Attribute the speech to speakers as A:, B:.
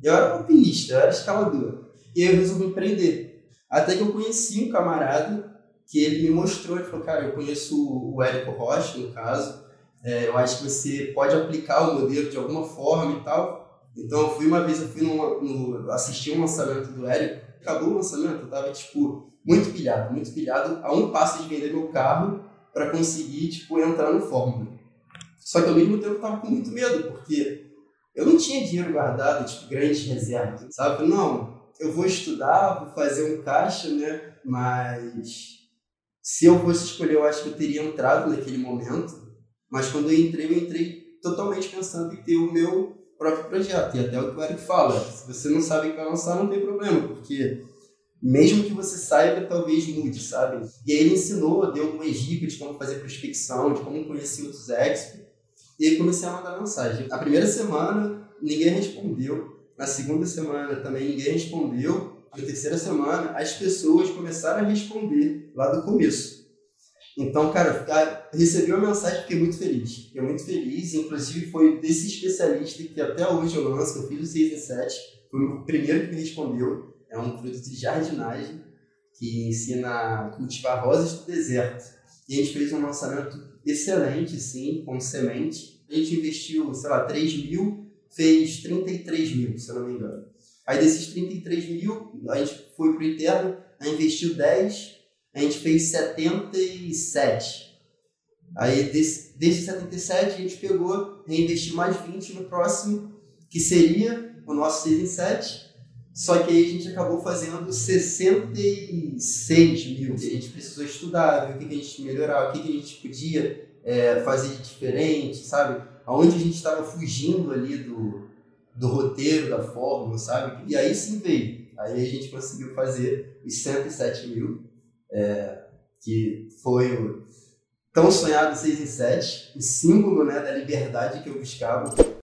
A: Eu era alpinista, eu era escalador. E aí eu resolvi empreender. Até que eu conheci um camarada que ele me mostrou, ele falou, cara, eu conheço o Érico Rocha, no caso, eu acho que você pode aplicar o modelo de alguma forma e tal. Então eu fui uma vez, assisti um lançamento do Érico, acabou o lançamento, eu tava, tipo, muito pilhado, a um passo de vender meu carro para conseguir, tipo, entrar no Fórmula. Só que ao mesmo tempo eu tava com muito medo, porque eu não tinha dinheiro guardado, tipo, grandes reservas, sabe? Eu falei, não, eu vou estudar, vou fazer um caixa, né? Mas se eu fosse escolher, eu acho que eu teria entrado naquele momento. Mas quando eu entrei totalmente pensando em ter o meu próprio projeto. E até o que o Eric fala, se você não sabe o que vai lançar, não tem problema, porque mesmo que você saiba, talvez mude, sabe? E aí ele ensinou, deu algumas dicas de como fazer prospecção, de como conhecer outros experts. E aí comecei a mandar mensagem. Na primeira semana, ninguém respondeu. Na segunda semana, também ninguém respondeu. Na terceira semana, as pessoas começaram a responder lá do começo. Então, cara, recebi uma mensagem e fiquei muito feliz. Fiquei muito feliz. Inclusive, foi desse especialista que até hoje eu lanço, que eu fiz o 6 em 7. Foi o primeiro que me respondeu. É um produto de jardinagem que ensina a cultivar rosas do deserto. E a gente fez um lançamento excelente, sim, com semente. A gente investiu, sei lá, 3 mil, fez 33 mil, se eu não me engano. Aí desses 33 mil, a gente foi pro interno, a gente investiu 10, a gente fez 77. Aí desses 77 a gente pegou, reinvestiu mais 20 no próximo, que seria o nosso 6 em 7. Só que aí a gente acabou fazendo 66 mil. A gente precisou estudar, ver o que a gente melhorar, o que a gente podia fazer de diferente, sabe? Aonde a gente estava fugindo ali do roteiro, da fórmula, sabe? E aí sim veio. Aí a gente conseguiu fazer os 107 mil, que foi o tão sonhado 6 em 7, o símbolo, né, da liberdade que eu buscava.